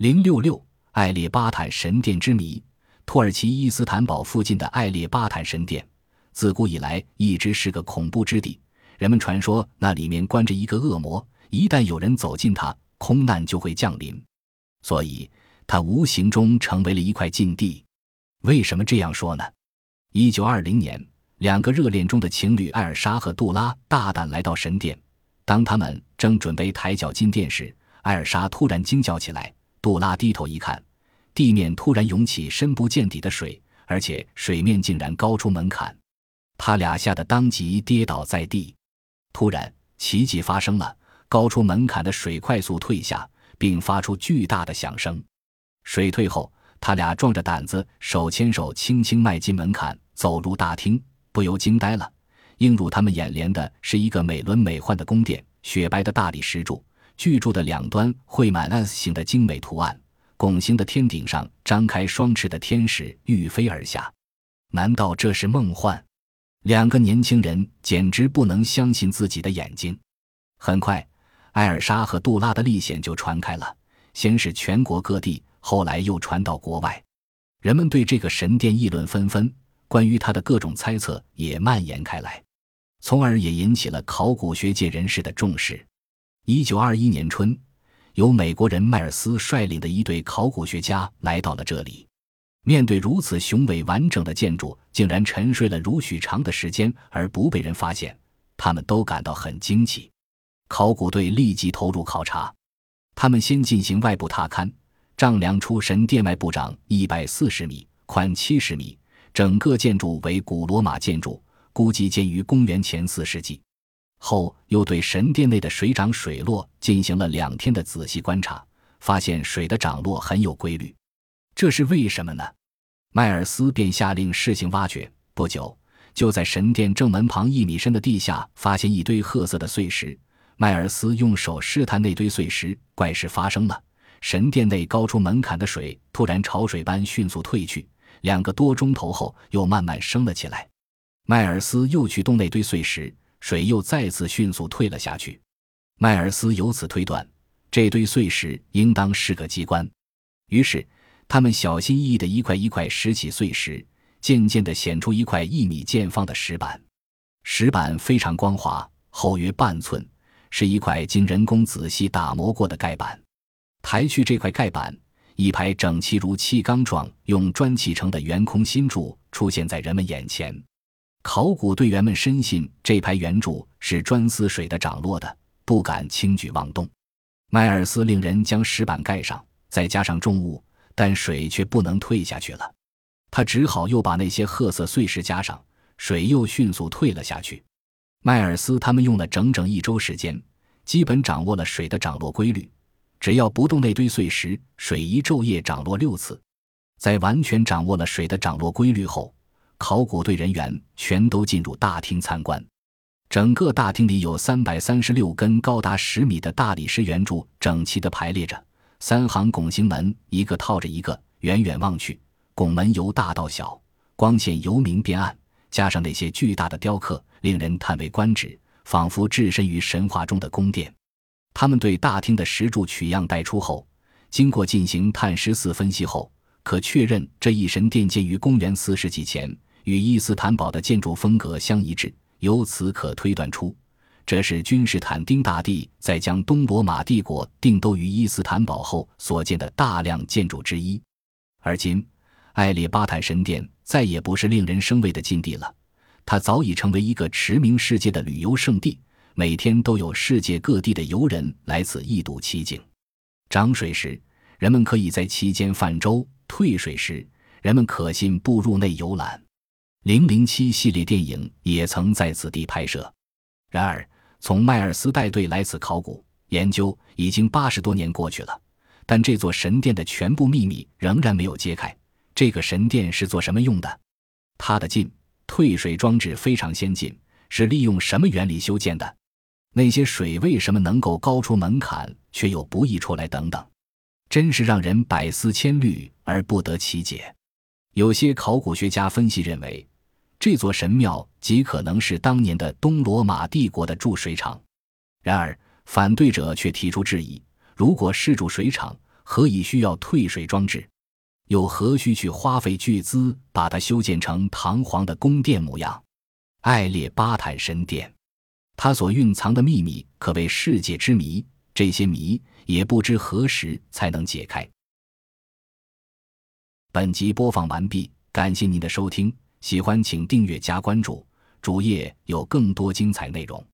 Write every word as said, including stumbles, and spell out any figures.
零六六艾列巴坦神殿之谜。土耳其伊斯坦堡附近的艾列巴坦神殿，自古以来一直是个恐怖之地。人们传说那里面关着一个恶魔，一旦有人走进它，空难就会降临，所以它无形中成为了一块禁地。为什么这样说呢？一九二零年，两个热恋中的情侣艾尔莎和杜拉大胆来到神殿。当他们正准备抬脚进殿时，艾尔莎突然惊叫起来。杜拉低头一看，地面突然涌起深不见底的水，而且水面竟然高出门槛。他俩吓得当即跌倒在地。突然，奇迹发生了，高出门槛的水快速退下，并发出巨大的响声。水退后，他俩壮着胆子手牵手轻轻迈进门槛，走入大厅，不由惊呆了。映入他们眼帘的是一个美轮美奂的宫殿，雪白的大理石柱，巨柱的两端绘满 S 形的精美图案，拱形的天顶上张开双翅的天使欲飞而下。难道这是梦幻？两个年轻人简直不能相信自己的眼睛。很快，艾尔莎和杜拉的历险就传开了，先是全国各地，后来又传到国外。人们对这个神殿议论纷纷，关于它的各种猜测也蔓延开来，从而也引起了考古学界人士的重视。一九二一年春，由美国人迈尔斯率领的一队考古学家来到了这里。面对如此雄伟完整的建筑，竟然沉睡了如许长的时间而不被人发现，他们都感到很惊奇。考古队立即投入考察，他们先进行外部踏勘，丈量出神殿外部长一百四十米，宽七十米，整个建筑为古罗马建筑，估计建于公元前四世纪。后又对神殿内的水涨水落进行了两天的仔细观察，发现水的涨落很有规律。这是为什么呢？迈尔斯便下令试行挖掘，不久就在神殿正门旁一米深的地下发现一堆褐色的碎石。迈尔斯用手试探那堆碎石，怪事发生了，神殿内高出门槛的水突然潮水般迅速退去，两个多钟头后又慢慢升了起来。迈尔斯又去动那堆碎石，水又再次迅速退了下去。迈尔斯由此推断，这堆碎石应当是个机关。于是他们小心翼翼地一块一块拾起碎石，渐渐地显出一块一米见方的石板。石板非常光滑，厚约半寸，是一块经人工仔细打磨过的盖板。抬去这块盖板，一排整齐如砌钢状用砖砌成的圆空心柱出现在人们眼前。考古队员们深信这排圆柱是砖丝水的涨落的，不敢轻举妄动。迈尔斯令人将石板盖上，再加上重物，但水却不能退下去了。他只好又把那些褐色碎石加上，水又迅速退了下去。迈尔斯他们用了整整一周时间，基本掌握了水的涨落规律。只要不动那堆碎石，水一昼夜涨落六次。在完全掌握了水的涨落规律后，考古队人员全都进入大厅参观。整个大厅里有三百三十六根高达十米的大理石圆柱整齐地排列着，三行拱形门一个套着一个，远远望去，拱门由大到小，光线由明变暗，加上那些巨大的雕刻，令人叹为观止，仿佛置身于神话中的宫殿。他们对大厅的石柱取样带出后，经过进行碳十四分析后，可确认这一神殿建于公元四世纪前，与伊斯坦堡的建筑风格相一致，由此可推断出，这是君士坦丁大帝在将东罗马帝国定都于伊斯坦堡后所建的大量建筑之一。而今，艾列巴坦神殿再也不是令人生畏的禁地了，它早已成为一个驰名世界的旅游胜地，每天都有世界各地的游人来此一睹奇景。涨水时，人们可以在其间泛舟；退水时，人们可信步入内游览。零零七系列电影也曾在此地拍摄。然而，从迈尔斯带队来此考古研究已经八十多年过去了，但这座神殿的全部秘密仍然没有揭开。这个神殿是做什么用的？它的进退水装置非常先进，是利用什么原理修建的？那些水为什么能够高出门槛却又不溢出来等等，真是让人百思千虑而不得其解。有些考古学家分析认为，这座神庙极可能是当年的东罗马帝国的筑水厂。然而反对者却提出质疑，如果是筑水厂， 何以需要退水装置？又何须去花费巨资把它修建成堂皇的宫殿模样？艾列巴坦神殿，它所蕴藏的秘密可谓世界之谜，这些谜也不知何时才能解开。本集播放完毕，感谢您的收听，喜欢请订阅加关注，主页有更多精彩内容。